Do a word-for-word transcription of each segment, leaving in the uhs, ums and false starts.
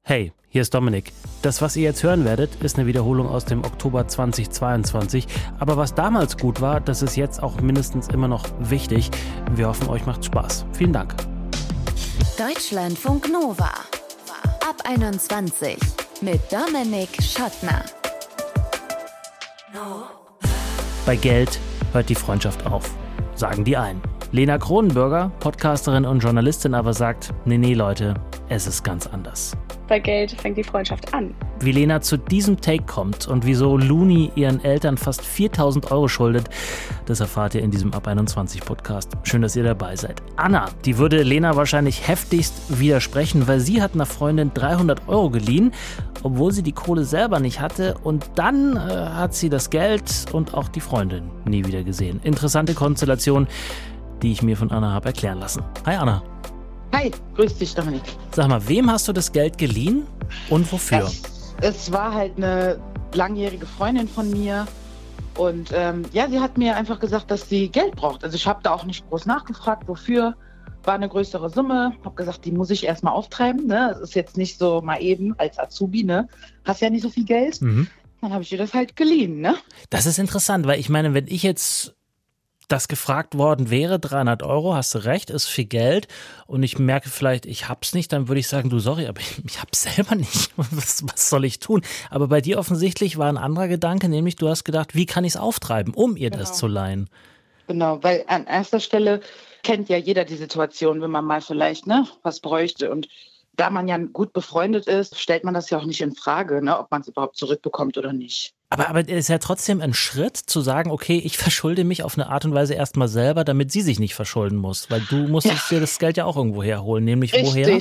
Hey, hier ist Dominik. Das, was ihr jetzt hören werdet, ist eine Wiederholung aus dem Oktober zweitausendzweiundzwanzig. Aber was damals gut war, das ist jetzt auch mindestens immer noch wichtig. Wir hoffen, euch macht's Spaß. Vielen Dank. Deutschlandfunk Nova. Ab einundzwanzig mit Dominik Schottner. Bei Geld hört die Freundschaft auf, sagen die einen. Lena Kronenbürger, Podcasterin und Journalistin, aber sagt, nee, nee, Leute, es ist ganz anders. Bei Geld fängt die Freundschaft an. Wie Lena zu diesem Take kommt und wieso Looney ihren Eltern fast viertausend Euro schuldet, das erfahrt ihr in diesem Ab einundzwanzig Podcast. Schön, dass ihr dabei seid. Anna, die würde Lena wahrscheinlich heftigst widersprechen, weil sie hat einer Freundin dreihundert Euro geliehen, obwohl sie die Kohle selber nicht hatte, und dann äh, hat sie das Geld und auch die Freundin nie wieder gesehen. Interessante Konstellation, die ich mir von Anna habe erklären lassen. Hi Anna. Hi, grüß dich Dominik. Sag mal, wem hast du das Geld geliehen und wofür? Es, es war halt eine langjährige Freundin von mir und ähm, ja, sie hat mir einfach gesagt, dass sie Geld braucht. Also ich habe da auch nicht groß nachgefragt, wofür. War eine größere Summe, habe gesagt, die muss ich erstmal auftreiben. Ne? Das ist jetzt nicht so mal eben als Azubi, ne? Hast ja nicht so viel Geld. Mhm. Dann habe ich ihr das halt geliehen, ne? Das ist interessant, weil ich meine, wenn ich jetzt das gefragt worden wäre, dreihundert Euro, hast du recht, ist viel Geld, und ich merke vielleicht, ich hab's nicht, dann würde ich sagen, du, sorry, aber ich, ich hab's selber nicht. Was, was soll ich tun? Aber bei dir offensichtlich war ein anderer Gedanke, nämlich du hast gedacht, wie kann ich es auftreiben, um ihr genau. das zu leihen? Genau, weil an erster Stelle kennt ja jeder die Situation, wenn man mal vielleicht ne, was bräuchte, und da man ja gut befreundet ist, stellt man das ja auch nicht in Frage, ne, ob man es überhaupt zurückbekommt oder nicht. Aber, aber es ist ja trotzdem ein Schritt zu sagen, okay, ich verschulde mich auf eine Art und Weise erstmal selber, damit sie sich nicht verschulden muss. Weil du musstest ja. dir das Geld ja auch irgendwo herholen, nämlich Richtig. woher?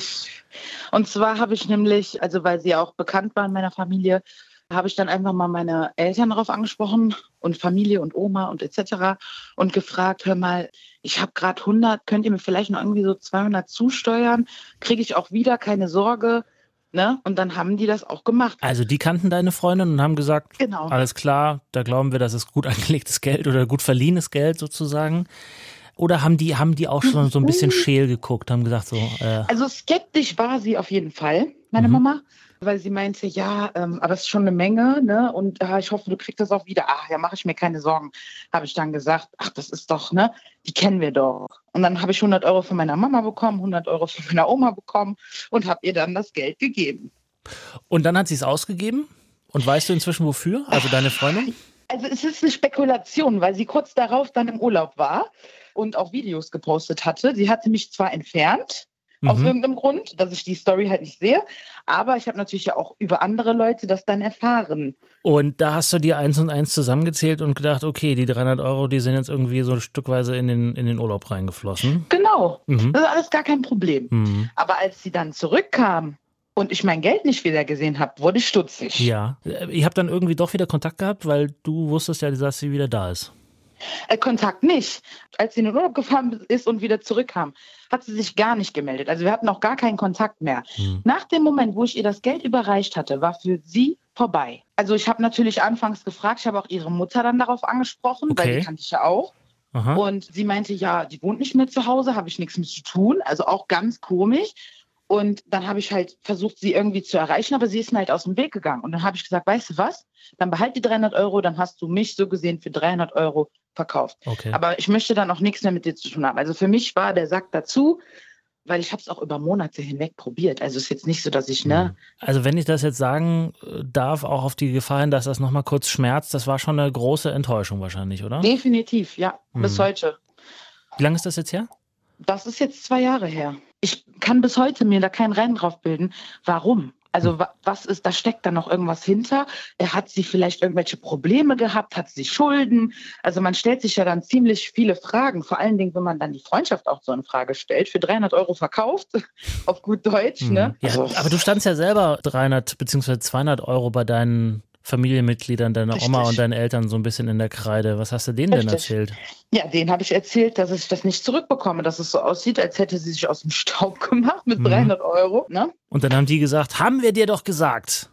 Und zwar habe ich nämlich, also weil sie ja auch bekannt war in meiner Familie, habe ich dann einfach mal meine Eltern darauf angesprochen und Familie und Oma und et cetera und gefragt, hör mal, ich habe gerade hundert, könnt ihr mir vielleicht noch irgendwie so zweihundert zusteuern? Kriege ich auch wieder, keine Sorge. Ne? Und dann haben die das auch gemacht. Also die kannten deine Freundin und haben gesagt, genau. Alles klar, da glauben wir, das ist gut angelegtes Geld oder gut verliehenes Geld sozusagen. Oder haben die, haben die auch schon so ein bisschen scheel geguckt, haben gesagt so. Äh Also skeptisch war sie auf jeden Fall, meine mhm. Mama. Weil sie meinte, ja, ähm, aber es ist schon eine Menge, ne? Und äh, ich hoffe, du kriegst das auch wieder. Ach, ja, mache ich mir keine Sorgen. Habe ich dann gesagt, ach, das ist doch, ne? Die kennen wir doch. Und dann habe ich hundert Euro von meiner Mama bekommen, hundert Euro von meiner Oma bekommen und habe ihr dann das Geld gegeben. Und dann hat sie es ausgegeben? Und weißt du inzwischen wofür? Also deine Freundin? Also es ist eine Spekulation, weil sie kurz darauf dann im Urlaub war und auch Videos gepostet hatte. Sie hatte mich zwar entfernt, aus mhm. irgendeinem Grund, dass ich die Story halt nicht sehe. Aber ich habe natürlich ja auch über andere Leute das dann erfahren. Und da hast du dir eins und eins zusammengezählt und gedacht, okay, die dreihundert Euro, die sind jetzt irgendwie so stückweise in den, in den Urlaub reingeflossen. Genau, mhm. das ist alles gar kein Problem. Mhm. Aber als sie dann zurückkam und ich mein Geld nicht wieder gesehen habe, wurde ich stutzig. Ja, ihr habt dann irgendwie doch wieder Kontakt gehabt, weil du wusstest ja, dass sie wieder da ist. Äh, Kontakt nicht. Als sie in den Urlaub gefahren ist und wieder zurückkam, hat sie sich gar nicht gemeldet. Also wir hatten auch gar keinen Kontakt mehr. Hm. Nach dem Moment, wo ich ihr das Geld überreicht hatte, war für sie vorbei. Also ich habe natürlich anfangs gefragt, ich habe auch ihre Mutter dann darauf angesprochen, okay. weil die kannte ich ja auch. Aha. Und sie meinte, ja, die wohnt nicht mehr zu Hause, habe ich nichts mit zu tun. Also auch ganz komisch. Und dann habe ich halt versucht, sie irgendwie zu erreichen, aber sie ist mir halt aus dem Weg gegangen. Und dann habe ich gesagt, weißt du was, dann behalt die dreihundert Euro, dann hast du mich so gesehen für dreihundert Euro verkauft. Okay. Aber ich möchte dann auch nichts mehr mit dir zu tun haben. Also für mich war der Sack dazu, weil ich habe es auch über Monate hinweg probiert. Also es ist jetzt nicht so, dass ich, ne... Also wenn ich das jetzt sagen darf, auch auf die Gefahr hin, dass das nochmal kurz schmerzt, das war schon eine große Enttäuschung wahrscheinlich, oder? Definitiv, ja, hm. bis heute. Wie lange ist das jetzt her? Das ist jetzt zwei Jahre her. Ich kann bis heute mir da keinen Rennen drauf bilden. Warum? Also was ist, da steckt da noch irgendwas hinter? Hat sie vielleicht irgendwelche Probleme gehabt? Hat sie Schulden? Also man stellt sich ja dann ziemlich viele Fragen. Vor allen Dingen, wenn man dann die Freundschaft auch so in Frage stellt. Für dreihundert Euro verkauft, auf gut Deutsch. Mhm. Ne? Ja, also, aber du standst ja selber dreihundert bzw. zweihundert Euro bei deinen Familienmitgliedern, deiner Richtig. Oma und deinen Eltern so ein bisschen in der Kreide. Was hast du denen Richtig. denn erzählt? Ja, denen habe ich erzählt, dass ich das nicht zurückbekomme, dass es so aussieht, als hätte sie sich aus dem Staub gemacht mit mhm. dreihundert Euro. Ne? Und dann haben die gesagt, haben wir dir doch gesagt. Ja,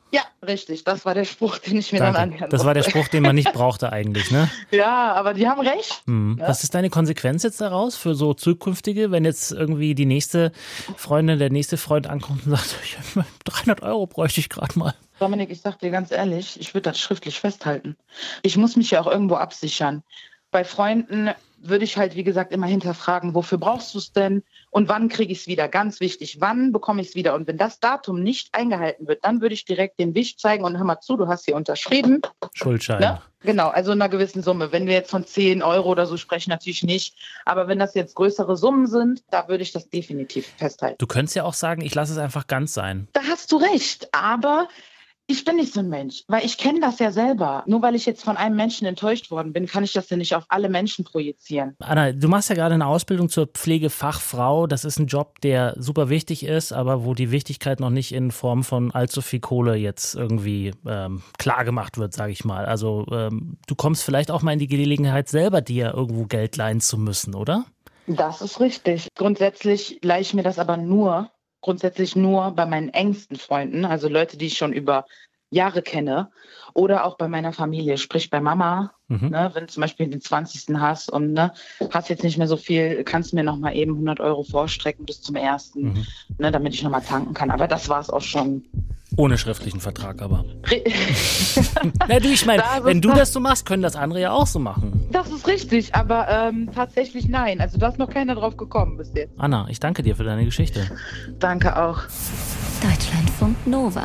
richtig. Das war der Spruch, den ich mir Danke. dann anhören Das war der musste. Spruch, den man nicht brauchte eigentlich, ne? Ja, aber die haben recht. Hm. Ja. Was ist deine Konsequenz jetzt daraus für so zukünftige, wenn jetzt irgendwie die nächste Freundin, der nächste Freund ankommt und sagt, dreihundert Euro bräuchte ich gerade mal? Dominik, ich sag dir ganz ehrlich, ich würde das schriftlich festhalten. Ich muss mich ja auch irgendwo absichern. Bei Freunden würde ich halt, wie gesagt, immer hinterfragen, wofür brauchst du es denn und wann kriege ich es wieder? Ganz wichtig, wann bekomme ich es wieder? Und wenn das Datum nicht eingehalten wird, dann würde ich direkt den Wisch zeigen und hör mal zu, du hast hier unterschrieben. Schuldschein. Ne? Genau, also in einer gewissen Summe. Wenn wir jetzt von zehn Euro oder so sprechen, natürlich nicht. Aber wenn das jetzt größere Summen sind, da würde ich das definitiv festhalten. Du könntest ja auch sagen, ich lasse es einfach ganz sein. Da hast du recht, aber ich bin nicht so ein Mensch, weil ich kenne das ja selber. Nur weil ich jetzt von einem Menschen enttäuscht worden bin, kann ich das ja nicht auf alle Menschen projizieren. Anna, du machst ja gerade eine Ausbildung zur Pflegefachfrau. Das ist ein Job, der super wichtig ist, aber wo die Wichtigkeit noch nicht in Form von allzu viel Kohle jetzt irgendwie ähm, klar gemacht wird, sage ich mal. Also ähm, du kommst vielleicht auch mal in die Gelegenheit, selber dir irgendwo Geld leihen zu müssen, oder? Das ist richtig. Grundsätzlich leihe ich mir das aber nur, grundsätzlich nur bei meinen engsten Freunden, also Leute, die ich schon über Jahre kenne, oder auch bei meiner Familie, sprich bei Mama. Mhm. Ne, wenn du zum Beispiel den zwanzigsten hast und ne, hast jetzt nicht mehr so viel, kannst du mir noch mal eben hundert Euro vorstrecken bis zum ersten, mhm. ne, damit ich noch mal tanken kann. Aber das war es auch schon. Ohne schriftlichen Vertrag aber. Na, du, ich meine, wenn du das so machst, können das andere ja auch so machen. Das ist richtig, aber ähm, tatsächlich nein. Also da ist noch keiner drauf gekommen bis jetzt. Anna, ich danke dir für deine Geschichte. Danke auch. Deutschlandfunk Nova.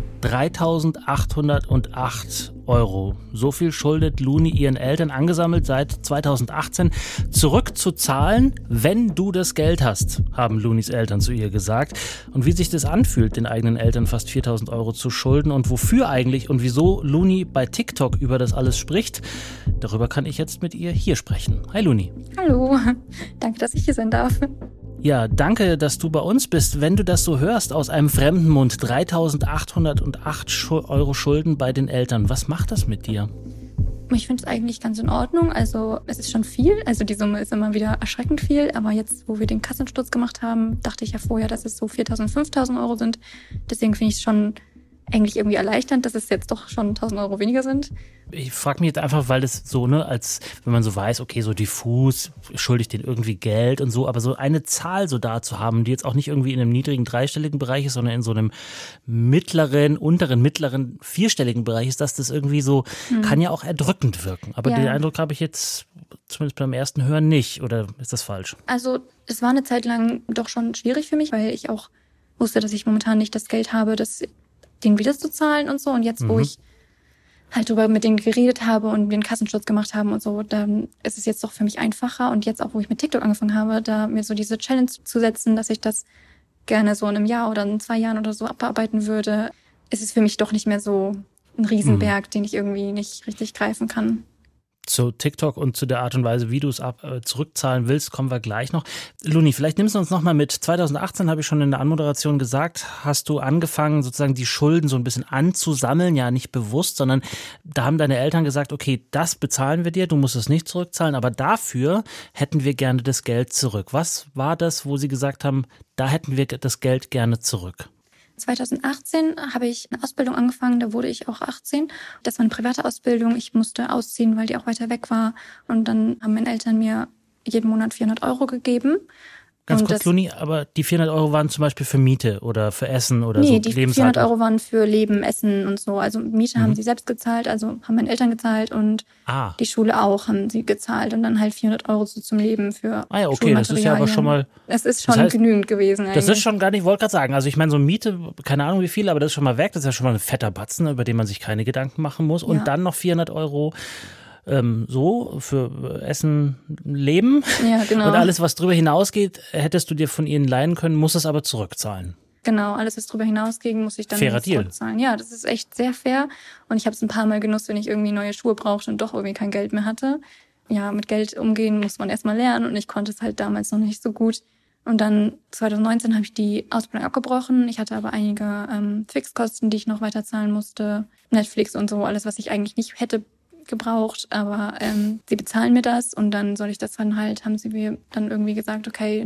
dreitausendachthundertacht Euro. So viel schuldet Luni ihren Eltern, angesammelt seit zweitausendachtzehn. Zurückzuzahlen, wenn du das Geld hast, haben Lunis Eltern zu ihr gesagt. Und wie sich das anfühlt, den eigenen Eltern fast viertausend Euro zu schulden und wofür eigentlich und wieso Luni bei TikTok über das alles spricht, darüber kann ich jetzt mit ihr hier sprechen. Hi Luni. Hallo, danke, dass ich hier sein darf. Ja, danke, dass du bei uns bist. Wenn du das so hörst aus einem fremden Mund, dreitausendachthundertacht Euro Schulden bei den Eltern, was macht das mit dir? Ich finde es eigentlich ganz in Ordnung. Also es ist schon viel. Also die Summe ist immer wieder erschreckend viel. Aber jetzt, wo wir den Kassensturz gemacht haben, dachte ich ja vorher, dass es so viertausend, fünftausend Euro sind. Deswegen finde ich es schon eigentlich irgendwie erleichternd, dass es jetzt doch schon tausend Euro weniger sind. Ich frage mich jetzt einfach, weil das so, ne, als wenn man so weiß, okay, so diffus, schulde ich denen irgendwie Geld und so, aber so eine Zahl so da zu haben, die jetzt auch nicht irgendwie in einem niedrigen dreistelligen Bereich ist, sondern in so einem mittleren, unteren, mittleren, vierstelligen Bereich ist, dass das irgendwie so, hm. kann ja auch erdrückend wirken. Aber ja. Den Eindruck habe ich jetzt zumindest beim ersten Hören nicht, oder ist das falsch? Also es war eine Zeit lang doch schon schwierig für mich, weil ich auch wusste, dass ich momentan nicht das Geld habe, das den wieder zu zahlen und so. Und jetzt, mhm. wo ich halt drüber mit denen geredet habe und wir einen Kassensturz gemacht haben und so, dann ist es jetzt doch für mich einfacher. Und jetzt auch, wo ich mit TikTok angefangen habe, da mir so diese Challenge zu setzen, dass ich das gerne so in einem Jahr oder in zwei Jahren oder so abarbeiten würde, ist es für mich doch nicht mehr so ein Riesenberg, mhm. den ich irgendwie nicht richtig greifen kann. Zu TikTok und zu der Art und Weise, wie du es ab, äh, zurückzahlen willst, kommen wir gleich noch. Luni, vielleicht nimmst du uns noch mal mit. zweitausendachtzehn, habe ich schon in der Anmoderation gesagt, hast du angefangen, sozusagen die Schulden so ein bisschen anzusammeln, ja nicht bewusst, sondern da haben deine Eltern gesagt, okay, das bezahlen wir dir, du musst es nicht zurückzahlen, aber dafür hätten wir gerne das Geld zurück. Was war das, wo sie gesagt haben, da hätten wir das Geld gerne zurück? zweitausendachtzehn habe ich eine Ausbildung angefangen, da wurde ich auch achtzehn. Das war eine private Ausbildung, ich musste ausziehen, weil die auch weiter weg war. Und dann haben meine Eltern mir jeden Monat vierhundert Euro gegeben. Ganz und kurz, Luni, aber die vierhundert Euro waren zum Beispiel für Miete oder für Essen oder nee, so? Nee, die vierhundert Euro waren für Leben, Essen und so. Also Miete mhm. haben sie selbst gezahlt, also haben meine Eltern gezahlt und ah. die Schule auch haben sie gezahlt. Und dann halt vierhundert Euro so zum Leben für Ah ja, okay, das ist ja aber schon mal... Es ist schon das heißt, genügend gewesen eigentlich. Das ist schon gar nicht, ich wollte gerade sagen, also ich meine so Miete, keine Ahnung wie viel, aber das ist schon mal weg, das ist ja schon mal ein fetter Batzen, über den man sich keine Gedanken machen muss. Und ja. dann noch vierhundert Euro... Ähm, so für Essen, Leben ja, genau. und alles, was drüber hinausgeht, hättest du dir von ihnen leihen können, musst es aber zurückzahlen. Genau, alles, was drüber hinausgeht, muss ich dann Fairer zurückzahlen. Deal. Ja, das ist echt sehr fair und ich habe es ein paar Mal genutzt, wenn ich irgendwie neue Schuhe brauchte und doch irgendwie kein Geld mehr hatte. Ja, mit Geld umgehen muss man erstmal lernen und ich konnte es halt damals noch nicht so gut. Und dann zweitausendneunzehn habe ich die Ausbildung abgebrochen. Ich hatte aber einige ähm, Fixkosten, die ich noch weiter zahlen musste. Netflix und so, alles, was ich eigentlich nicht hätte gebraucht, aber ähm, sie bezahlen mir das und dann soll ich das dann halt, haben sie mir dann irgendwie gesagt, okay, nach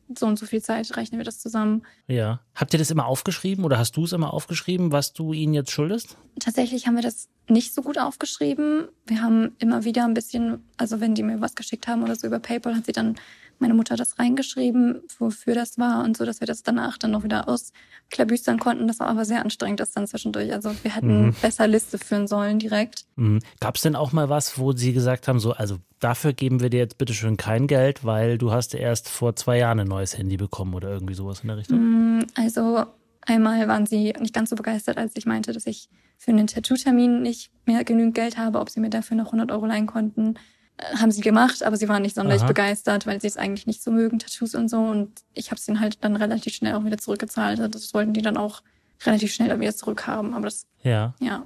so und so viel Zeit rechnen wir das zusammen. Ja. Habt ihr das immer aufgeschrieben oder hast du es immer aufgeschrieben, was du ihnen jetzt schuldest? Tatsächlich haben wir das nicht so gut aufgeschrieben. Wir haben immer wieder ein bisschen, also wenn die mir was geschickt haben oder so über PayPal, hat sie dann meine Mutter das reingeschrieben, wofür das war und so, dass wir das danach dann noch wieder ausklabüstern konnten. Das war aber sehr anstrengend, das dann zwischendurch. Also wir hätten mhm. besser Liste führen sollen direkt. Mhm. Gab es denn auch mal was, wo sie gesagt haben, so, also dafür geben wir dir jetzt bitteschön kein Geld, weil du hast erst vor zwei Jahren ein neues Handy bekommen oder irgendwie sowas in der Richtung? Also einmal waren sie nicht ganz so begeistert, als ich meinte, dass ich für einen Tattoo-Termin nicht mehr genügend Geld habe, ob sie mir dafür noch hundert Euro leihen konnten. Haben sie gemacht, aber sie waren nicht sonderlich Aha. begeistert, weil sie es eigentlich nicht so mögen, Tattoos und so. Und ich habe es ihnen halt dann relativ schnell auch wieder zurückgezahlt. Das wollten die dann auch relativ schnell dann wieder zurückhaben. Aber das, ja. ja.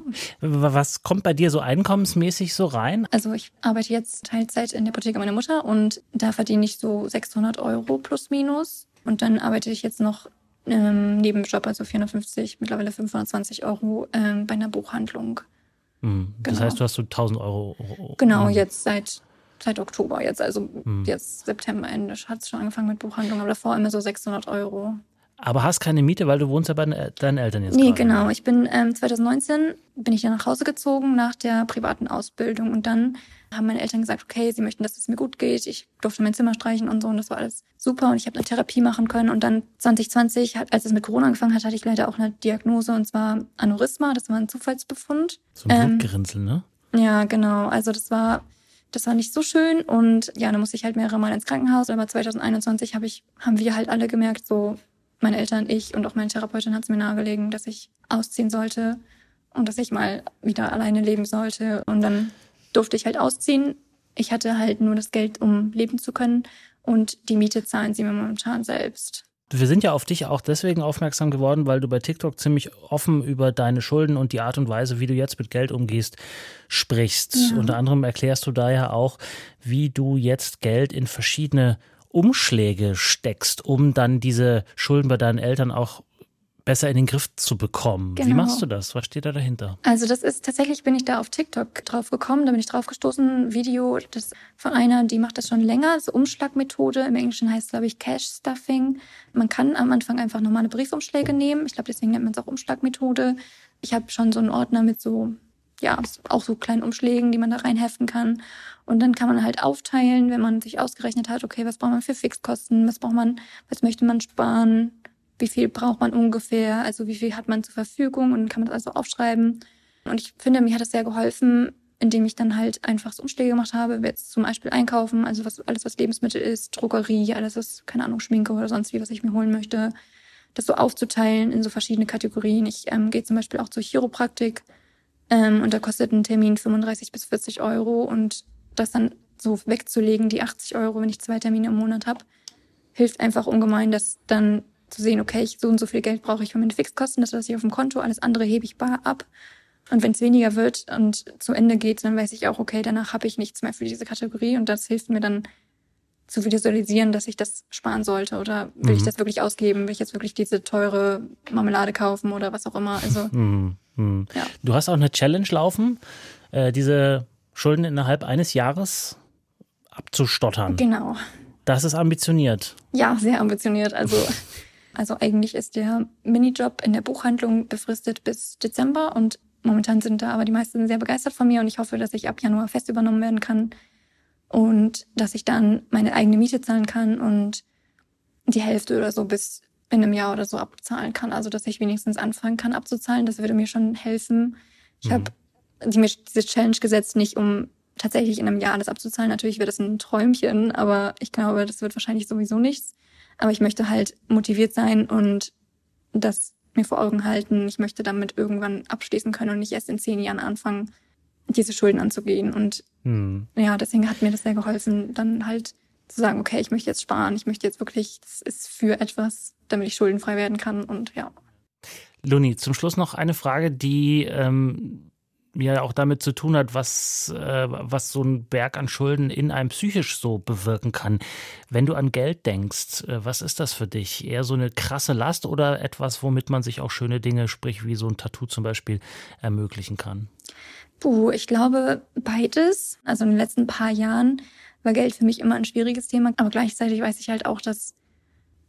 Was kommt bei dir so einkommensmäßig so rein? Also ich arbeite jetzt Teilzeit in der Apotheke meiner Mutter und da verdiene ich so sechshundert Euro plus minus. Und dann arbeite ich jetzt noch ähm, Nebenjob, also vierhundertfünfzig, mittlerweile fünfhundertzwanzig Euro ähm, bei einer Buchhandlung. Mhm. Das genau. heißt, du hast so tausend Euro. Genau, mhm. jetzt seit seit Oktober, jetzt also mhm. jetzt September Ende hat es schon angefangen mit Buchhandlung, aber davor immer so sechshundert Euro. Aber hast keine Miete, weil du wohnst ja bei deinen Eltern jetzt Nee, gerade. genau. Ich bin ähm, zwanzig neunzehn bin ich dann nach Hause gezogen nach der privaten Ausbildung und dann haben meine Eltern gesagt, okay, sie möchten, dass es mir gut geht. Ich durfte mein Zimmer streichen und so und das war alles super und ich habe eine Therapie machen können und dann zwanzig zwanzig, als es mit Corona angefangen hat, hatte ich leider auch eine Diagnose und zwar Aneurysma, das war ein Zufallsbefund. So ein Blutgerinnsel, ähm, ne? Ja, genau. Also das war Das war nicht so schön und ja, dann musste ich halt mehrere Mal ins Krankenhaus. Aber zwanzig einundzwanzig hab ich, haben wir halt alle gemerkt, so meine Eltern, ich und auch meine Therapeutin hat es mir nahegelegen, dass ich ausziehen sollte und dass ich mal wieder alleine leben sollte. Und dann durfte ich halt ausziehen. Ich hatte halt nur das Geld, um leben zu können und die Miete zahlen sie mir momentan selbst. Wir sind ja auf dich auch deswegen aufmerksam geworden, weil du bei TikTok ziemlich offen über deine Schulden und die Art und Weise, wie du jetzt mit Geld umgehst, sprichst. Ja. Unter anderem erklärst du da ja auch, wie du jetzt Geld in verschiedene Umschläge steckst, um dann diese Schulden bei deinen Eltern auch besser in den Griff zu bekommen. Genau. Wie machst du das? Was steht da dahinter? Also das ist tatsächlich, bin ich da auf TikTok drauf gekommen, da bin ich drauf gestoßen, ein Video das von einer, die macht das schon länger, so Umschlagmethode, im Englischen heißt es, glaube ich, Cash Stuffing. Man kann am Anfang einfach normale Briefumschläge nehmen, ich glaube, deswegen nennt man es auch Umschlagmethode. Ich habe schon so einen Ordner mit so, ja, auch so kleinen Umschlägen, die man da reinheften kann und dann kann man halt aufteilen, wenn man sich ausgerechnet hat, okay, was braucht man für Fixkosten, was braucht man, was möchte man sparen, wie viel braucht man ungefähr, also wie viel hat man zur Verfügung und kann man das also aufschreiben. Und ich finde, mir hat das sehr geholfen, indem ich dann halt einfach so Umschläge gemacht habe, jetzt zum Beispiel einkaufen, also was alles, was Lebensmittel ist, Drogerie, alles, was, keine Ahnung, Schminke oder sonst wie, was ich mir holen möchte, das so aufzuteilen in so verschiedene Kategorien. Ich ähm, gehe zum Beispiel auch zur Chiropraktik ähm, und da kostet ein Termin fünfunddreißig bis vierzig Euro und das dann so wegzulegen, die achtzig Euro, wenn ich zwei Termine im Monat habe, hilft einfach ungemein, dass dann zu sehen, okay, ich so und so viel Geld brauche ich für meine Fixkosten, das lasse ich auf dem Konto, alles andere hebe ich bar ab. Und wenn es weniger wird und zu Ende geht, dann weiß ich auch, okay, danach habe ich nichts mehr für diese Kategorie und das hilft mir dann zu visualisieren, dass ich das sparen sollte oder will mhm. ich das wirklich ausgeben, will ich jetzt wirklich diese teure Marmelade kaufen oder was auch immer. Also mhm. Mhm. Ja. Du hast auch eine Challenge laufen, äh, diese Schulden innerhalb eines Jahres abzustottern. Genau. Das ist ambitioniert. Ja, sehr ambitioniert. Also Also eigentlich ist der Minijob in der Buchhandlung befristet bis Dezember und momentan sind da aber die meisten sehr begeistert von mir und ich hoffe, dass ich ab Januar fest übernommen werden kann und dass ich dann meine eigene Miete zahlen kann und die Hälfte oder so bis in einem Jahr oder so abzahlen kann. Also dass ich wenigstens anfangen kann abzuzahlen, das würde mir schon helfen. Ich mhm. habe mir diese Challenge gesetzt, nicht um tatsächlich in einem Jahr alles abzuzahlen. Natürlich wird das ein Träumchen, aber ich glaube, das wird wahrscheinlich sowieso nichts. Aber ich möchte halt motiviert sein und das mir vor Augen halten. Ich möchte damit irgendwann abschließen können und nicht erst in zehn Jahren anfangen, diese Schulden anzugehen. Und hm. ja, deswegen hat mir das sehr geholfen, dann halt zu sagen, okay, ich möchte jetzt sparen. Ich möchte jetzt wirklich, das ist für etwas, damit ich schuldenfrei werden kann. Und ja. Luni, zum Schluss noch eine Frage, die ähm ja auch damit zu tun hat, was, äh, was so ein Berg an Schulden in einem psychisch so bewirken kann. Wenn du an Geld denkst, äh, was ist das für dich? Eher so eine krasse Last oder etwas, womit man sich auch schöne Dinge, sprich wie so ein Tattoo zum Beispiel, ermöglichen kann? Puh, ich glaube beides. Also in den letzten paar Jahren war Geld für mich immer ein schwieriges Thema, aber gleichzeitig weiß ich halt auch, dass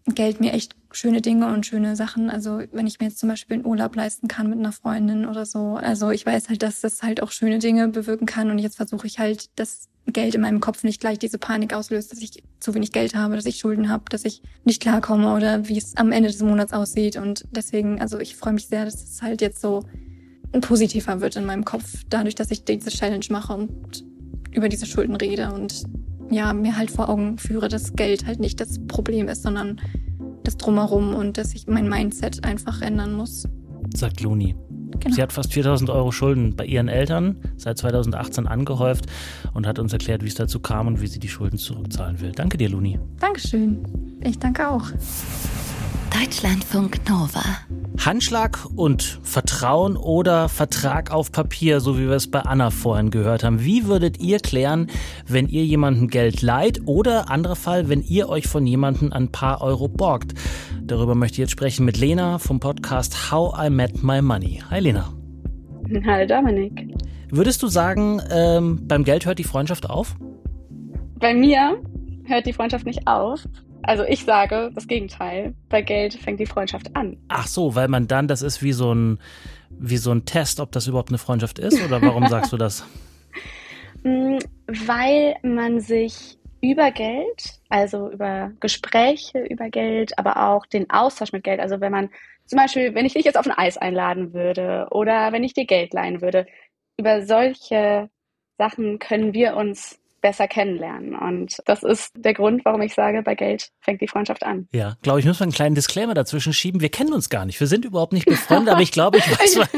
Geld mir echt schöne Dinge und schöne Sachen, also wenn ich mir jetzt zum Beispiel einen Urlaub leisten kann mit einer Freundin oder so, also ich weiß halt, dass das halt auch schöne Dinge bewirken kann und jetzt versuche ich halt, dass Geld in meinem Kopf nicht gleich diese Panik auslöst, dass ich zu wenig Geld habe, dass ich Schulden habe, dass ich nicht klarkomme oder wie es am Ende des Monats aussieht und deswegen, also ich freue mich sehr, dass es halt jetzt so positiver wird in meinem Kopf, dadurch, dass ich diese Challenge mache und über diese Schulden rede und ja, mir halt vor Augen führe, dass Geld halt nicht das Problem ist, sondern das Drumherum und dass ich mein Mindset einfach ändern muss. Sagt Luni. Genau. Sie hat fast viertausend Euro Schulden bei ihren Eltern seit zweitausendachtzehn angehäuft und hat uns erklärt, wie es dazu kam und wie sie die Schulden zurückzahlen will. Danke dir, Luni. Dankeschön. Ich danke auch. Deutschlandfunk Nova. Handschlag und Vertrauen oder Vertrag auf Papier, so wie wir es bei Anna vorhin gehört haben. Wie würdet ihr klären, wenn ihr jemandem Geld leiht oder, anderer Fall, wenn ihr euch von jemandem ein paar Euro borgt? Darüber möchte ich jetzt sprechen mit Lena vom Podcast How I Met My Money. Hi Lena. Hi Dominik. Würdest du sagen, ähm, beim Geld hört die Freundschaft auf? Bei mir hört die Freundschaft nicht auf. Also ich sage das Gegenteil. Bei Geld fängt die Freundschaft an. Ach so, weil man dann, das ist wie so ein, wie so ein Test, ob das überhaupt eine Freundschaft ist? Oder warum sagst du das? Weil man sich über Geld, also über Gespräche über Geld, aber auch den Austausch mit Geld, also wenn man zum Beispiel, wenn ich dich jetzt auf ein Eis einladen würde oder wenn ich dir Geld leihen würde, über solche Sachen können wir uns besser kennenlernen. Und das ist der Grund, warum ich sage, bei Geld fängt die Freundschaft an. Ja, glaube ich, muss man einen kleinen Disclaimer dazwischen schieben. Wir kennen uns gar nicht. Wir sind überhaupt nicht befreundet, aber ich glaube, ich weiß, was,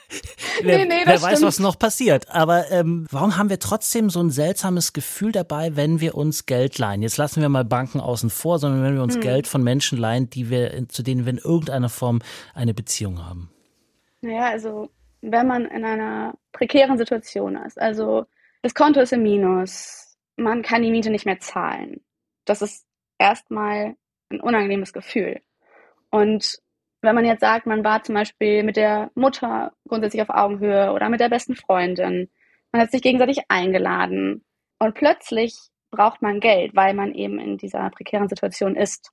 wer, nee, nee, wer weiß, stimmt. was noch passiert. Aber ähm, warum haben wir trotzdem so ein seltsames Gefühl dabei, wenn wir uns Geld leihen? Jetzt lassen wir mal Banken außen vor, sondern wenn wir uns hm. Geld von Menschen leihen, die wir, zu denen wir in irgendeiner Form eine Beziehung haben. Naja, also wenn man in einer prekären Situation ist, also das Konto ist im Minus, man kann die Miete nicht mehr zahlen. Das ist erstmal ein unangenehmes Gefühl. Und wenn man jetzt sagt, man war zum Beispiel mit der Mutter grundsätzlich auf Augenhöhe oder mit der besten Freundin, man hat sich gegenseitig eingeladen und plötzlich braucht man Geld, weil man eben in dieser prekären Situation ist.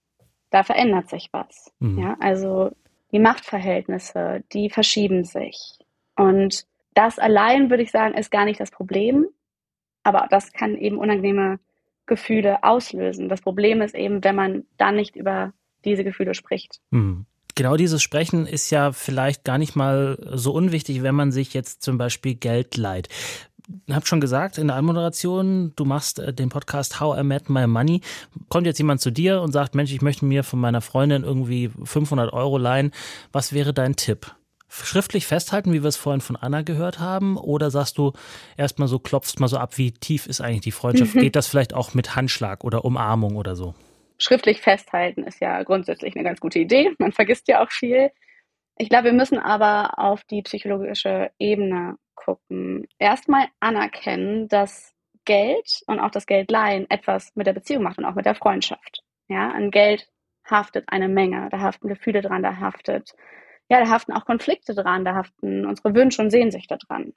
Da verändert sich was. Mhm. Ja, also die Machtverhältnisse, die verschieben sich. Und das allein, würde ich sagen, ist gar nicht das Problem. Aber das kann eben unangenehme Gefühle auslösen. Das Problem ist eben, wenn man dann nicht über diese Gefühle spricht. Mhm. Genau dieses Sprechen ist ja vielleicht gar nicht mal so unwichtig, wenn man sich jetzt zum Beispiel Geld leiht. Ich habe schon gesagt in der Anmoderation, du machst den Podcast How I Met My Money. Kommt jetzt jemand zu dir und sagt, Mensch, ich möchte mir von meiner Freundin irgendwie fünfhundert Euro leihen. Was wäre dein Tipp? Schriftlich festhalten, wie wir es vorhin von Anna gehört haben? Oder sagst du erstmal so, klopfst mal so ab, wie tief ist eigentlich die Freundschaft? Mhm. Geht das vielleicht auch mit Handschlag oder Umarmung oder so? Schriftlich festhalten ist ja grundsätzlich eine ganz gute Idee. Man vergisst ja auch viel. Ich glaube, wir müssen aber auf die psychologische Ebene gucken. Erstmal anerkennen, dass Geld und auch das Geldleihen etwas mit der Beziehung macht und auch mit der Freundschaft. Ja, an Geld haftet eine Menge, da haften Gefühle dran, da haftet Ja, da haften auch Konflikte dran, da haften unsere Wünsche und Sehnsüchte dran.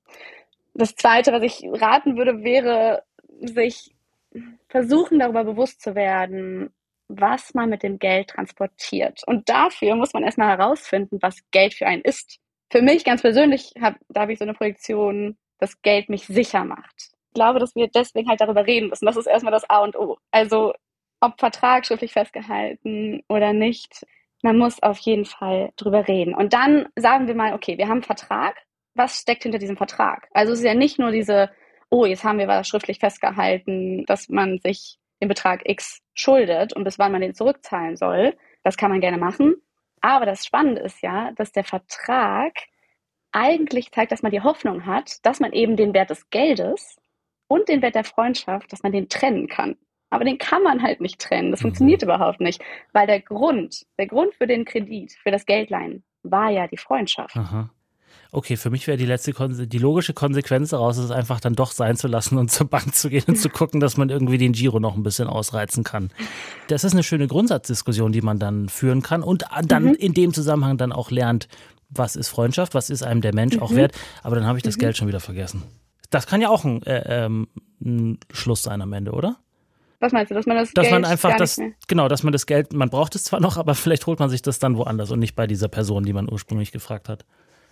Das Zweite, was ich raten würde, wäre, sich versuchen, darüber bewusst zu werden, was man mit dem Geld transportiert. Und dafür muss man erstmal herausfinden, was Geld für einen ist. Für mich ganz persönlich hab, da habe ich so eine Projektion, dass Geld mich sicher macht. Ich glaube, dass wir deswegen halt darüber reden müssen. Das ist erstmal das A und O. Also ob Vertrag schriftlich festgehalten oder nicht, man muss auf jeden Fall drüber reden. Und dann sagen wir mal, okay, wir haben einen Vertrag. Was steckt hinter diesem Vertrag? Also es ist ja nicht nur diese, oh, jetzt haben wir was schriftlich festgehalten, dass man sich den Betrag X schuldet und bis wann man den zurückzahlen soll. Das kann man gerne machen. Aber das Spannende ist ja, dass der Vertrag eigentlich zeigt, dass man die Hoffnung hat, dass man eben den Wert des Geldes und den Wert der Freundschaft, dass man den trennen kann. Aber den kann man halt nicht trennen. Das funktioniert überhaupt nicht. Weil der Grund, der Grund für den Kredit, für das Geldleihen, war ja die Freundschaft. Aha. Okay, für mich wäre die letzte, die logische Konsequenz daraus, es einfach dann doch sein zu lassen und zur Bank zu gehen und zu gucken, dass man irgendwie den Giro noch ein bisschen ausreizen kann. Das ist eine schöne Grundsatzdiskussion, die man dann führen kann und dann mhm. in dem Zusammenhang dann auch lernt, was ist Freundschaft, was ist einem der Mensch mhm. auch wert. Aber dann habe ich das mhm. Geld schon wieder vergessen. Das kann ja auch ein, äh, ähm, ein Schluss sein am Ende, oder? Was meinst du, dass man das dass Geld man einfach gar das, nicht mehr... genau, dass man das Geld, man braucht es zwar noch, aber vielleicht holt man sich das dann woanders und nicht bei dieser Person, die man ursprünglich gefragt hat.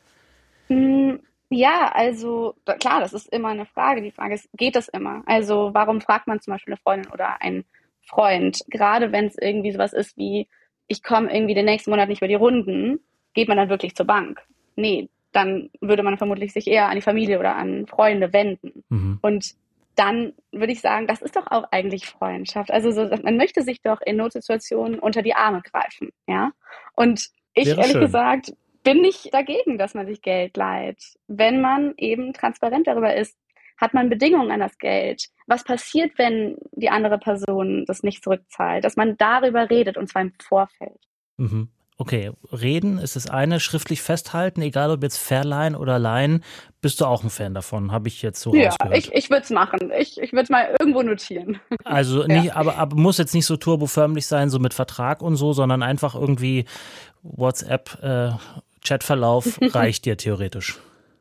Ja, also klar, das ist immer eine Frage. Die Frage ist, geht das immer? Also warum fragt man zum Beispiel eine Freundin oder einen Freund? Gerade wenn es irgendwie sowas ist wie, ich komme irgendwie den nächsten Monat nicht über die Runden, geht man dann wirklich zur Bank? Nee, dann würde man vermutlich sich eher an die Familie oder an Freunde wenden. Mhm. Und dann würde ich sagen, das ist doch auch eigentlich Freundschaft. Also so, man möchte sich doch in Notsituationen unter die Arme greifen, ja. Und ich Wäre ehrlich schön. gesagt bin nicht dagegen, dass man sich Geld leiht. Wenn man eben transparent darüber ist, hat man Bedingungen an das Geld. Was passiert, wenn die andere Person das nicht zurückzahlt? Dass man darüber redet, und zwar im Vorfeld. Mhm. Okay, reden ist das eine, schriftlich festhalten, egal ob jetzt verleihen oder leihen, bist du auch ein Fan davon, habe ich jetzt so Ja, rausgehört. ich, ich würde es machen. Ich, ich würde es mal irgendwo notieren. Also Ja. nicht, aber, aber muss jetzt nicht so turboförmlich sein, so mit Vertrag und so, sondern einfach irgendwie WhatsApp, äh, Chatverlauf reicht dir theoretisch.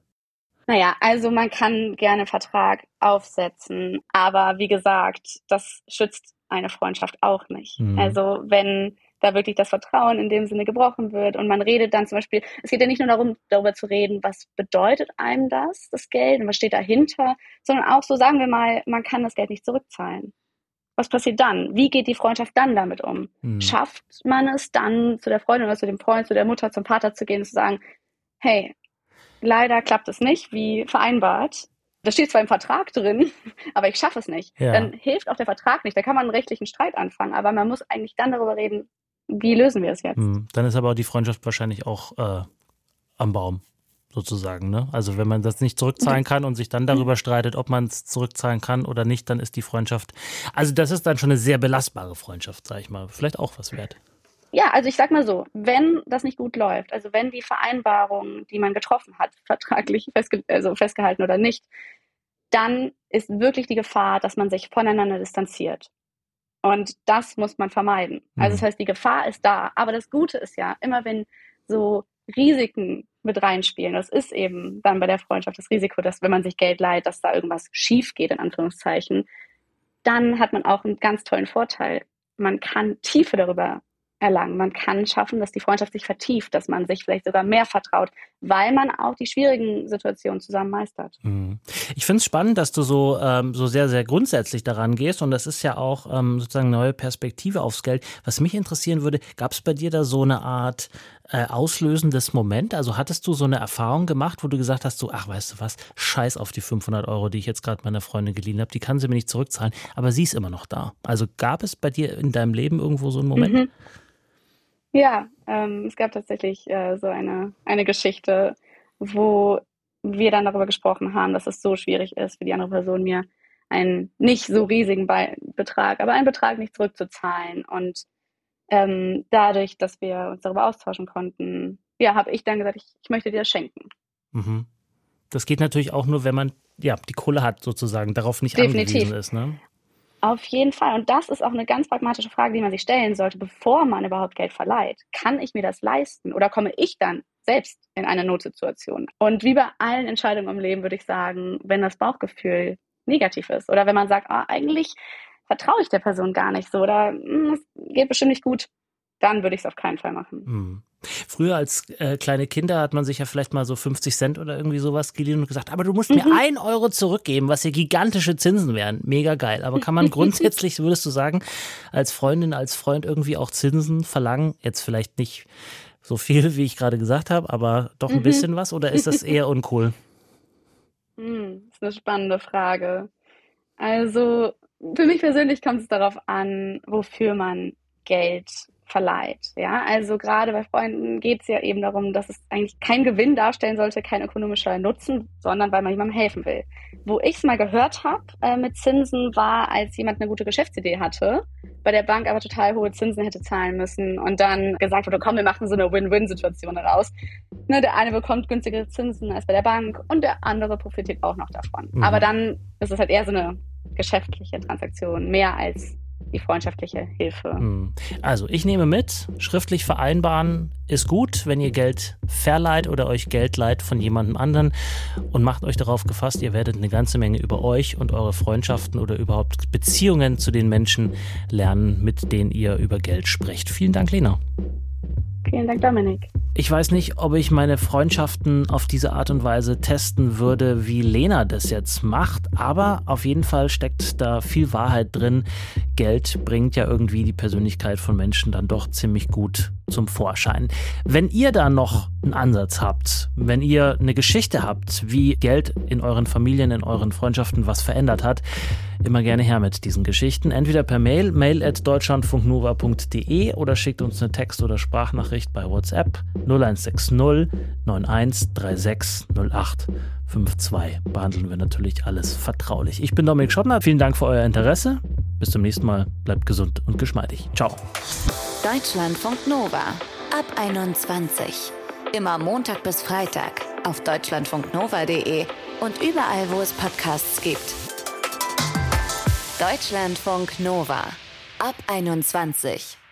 Naja, also man kann gerne Vertrag aufsetzen, aber wie gesagt, das schützt eine Freundschaft auch nicht. Mhm. Also wenn da wirklich das Vertrauen in dem Sinne gebrochen wird und man redet dann zum Beispiel, es geht ja nicht nur darum, darüber zu reden, was bedeutet einem das, das Geld und was steht dahinter, sondern auch so, sagen wir mal, man kann das Geld nicht zurückzahlen. Was passiert dann? Wie geht die Freundschaft dann damit um? Mhm. Schafft man es dann, zu der Freundin oder zu dem Freund, zu der Mutter, zum Vater zu gehen und zu sagen, hey, leider klappt es nicht, wie vereinbart. Das steht zwar im Vertrag drin, aber ich schaffe es nicht. Ja. Dann hilft auch der Vertrag nicht. Da kann man einen rechtlichen Streit anfangen, aber man muss eigentlich dann darüber reden, wie lösen wir es jetzt? Mhm. Dann ist aber die Freundschaft wahrscheinlich auch äh, am Baum, sozusagen, ne? Also wenn man das nicht zurückzahlen kann und sich dann darüber streitet, ob man es zurückzahlen kann oder nicht, dann ist die Freundschaft, also das ist dann schon eine sehr belastbare Freundschaft, sag ich mal. Vielleicht auch was wert. Ja, also ich sag mal so, wenn das nicht gut läuft, also wenn die Vereinbarung, die man getroffen hat, vertraglich festge- also festgehalten oder nicht, dann ist wirklich die Gefahr, dass man sich voneinander distanziert. Und das muss man vermeiden. Mhm. Also das heißt, die Gefahr ist da. Aber das Gute ist ja, immer wenn so Risiken mit reinspielen, das ist eben dann bei der Freundschaft das Risiko, dass wenn man sich Geld leiht, dass da irgendwas schief geht, in Anführungszeichen, dann hat man auch einen ganz tollen Vorteil. Man kann Tiefe darüber erlangen. Man kann schaffen, dass die Freundschaft sich vertieft, dass man sich vielleicht sogar mehr vertraut, weil man auch die schwierigen Situationen zusammen meistert. Ich finde es spannend, dass du so, ähm, so sehr, sehr grundsätzlich daran gehst und das ist ja auch ähm, sozusagen eine neue Perspektive aufs Geld. Was mich interessieren würde, gab es bei dir da so eine Art äh, auslösendes Moment? Also hattest du so eine Erfahrung gemacht, wo du gesagt hast, so, ach, weißt du was, scheiß auf die fünfhundert Euro, die ich jetzt gerade meiner Freundin geliehen habe, die kann sie mir nicht zurückzahlen, aber sie ist immer noch da. Also gab es bei dir in deinem Leben irgendwo so einen Moment? Mhm. Ja, ähm, es gab tatsächlich äh, so eine, eine Geschichte, wo wir dann darüber gesprochen haben, dass es so schwierig ist, für die andere Person mir einen nicht so riesigen Be- Betrag, aber einen Betrag nicht zurückzuzahlen. Und ähm, dadurch, dass wir uns darüber austauschen konnten, ja, habe ich dann gesagt, ich, ich möchte dir das schenken. Mhm. Das geht natürlich auch nur, wenn man ja die Kohle hat, sozusagen, darauf nicht Definitiv. angewiesen ist, ne? Auf jeden Fall. Und das ist auch eine ganz pragmatische Frage, die man sich stellen sollte, bevor man überhaupt Geld verleiht. Kann ich mir das leisten oder komme ich dann selbst in eine Notsituation? Und wie bei allen Entscheidungen im Leben würde ich sagen, wenn das Bauchgefühl negativ ist oder wenn man sagt, ah, eigentlich vertraue ich der Person gar nicht so oder es geht bestimmt nicht gut, dann würde ich es auf keinen Fall machen. Hm. Früher als äh, kleine Kinder hat man sich ja vielleicht mal so fünfzig Cent oder irgendwie sowas geliehen und gesagt, aber du musst mir Mhm. ein Euro zurückgeben, was ja gigantische Zinsen wären. Mega geil. Aber kann man grundsätzlich, würdest du sagen, als Freundin, als Freund irgendwie auch Zinsen verlangen? Jetzt vielleicht nicht so viel, wie ich gerade gesagt habe, aber doch ein Mhm. bisschen was? Oder ist das eher uncool? Hm, das ist eine spannende Frage. Also für mich persönlich kommt es darauf an, wofür man Geld verleiht. Ja, also gerade bei Freunden geht es ja eben darum, dass es eigentlich kein Gewinn darstellen sollte, kein ökonomischer Nutzen, sondern weil man jemandem helfen will. Wo ich es mal gehört habe äh, mit Zinsen, war, als jemand eine gute Geschäftsidee hatte, bei der Bank aber total hohe Zinsen hätte zahlen müssen und dann gesagt wurde, komm, wir machen so eine Win-Win-Situation daraus. Ne, der eine bekommt günstigere Zinsen als bei der Bank und der andere profitiert auch noch davon. Mhm. Aber dann ist es halt eher so eine geschäftliche Transaktion, mehr als die freundschaftliche Hilfe. Also ich nehme mit, schriftlich vereinbaren ist gut, wenn ihr Geld verleiht oder euch Geld leiht von jemandem anderen, und macht euch darauf gefasst, ihr werdet eine ganze Menge über euch und eure Freundschaften oder überhaupt Beziehungen zu den Menschen lernen, mit denen ihr über Geld sprecht. Vielen Dank, Lena. Vielen Dank, Dominik. Ich weiß nicht, ob ich meine Freundschaften auf diese Art und Weise testen würde, wie Lena das jetzt macht, aber auf jeden Fall steckt da viel Wahrheit drin. Geld bringt ja irgendwie die Persönlichkeit von Menschen dann doch ziemlich gut zum Vorschein. Wenn ihr da noch einen Ansatz habt, wenn ihr eine Geschichte habt, wie Geld in euren Familien, in euren Freundschaften was verändert hat, immer gerne her mit diesen Geschichten. Entweder per Mail, mail at deutschlandfunknova punkt de, oder schickt uns eine Text- oder Sprachnachricht bei WhatsApp null eins sechs null neun eins drei sechs null acht fünf zwei. Behandeln wir natürlich alles vertraulich. Ich bin Dominik Schottner. Vielen Dank für euer Interesse. Bis zum nächsten Mal. Bleibt gesund und geschmeidig. Ciao. Deutschlandfunk Nova ab einundzwanzig. Immer Montag bis Freitag auf deutschlandfunknova punkt de und überall, wo es Podcasts gibt. Deutschlandfunk Nova ab einundzwanzig.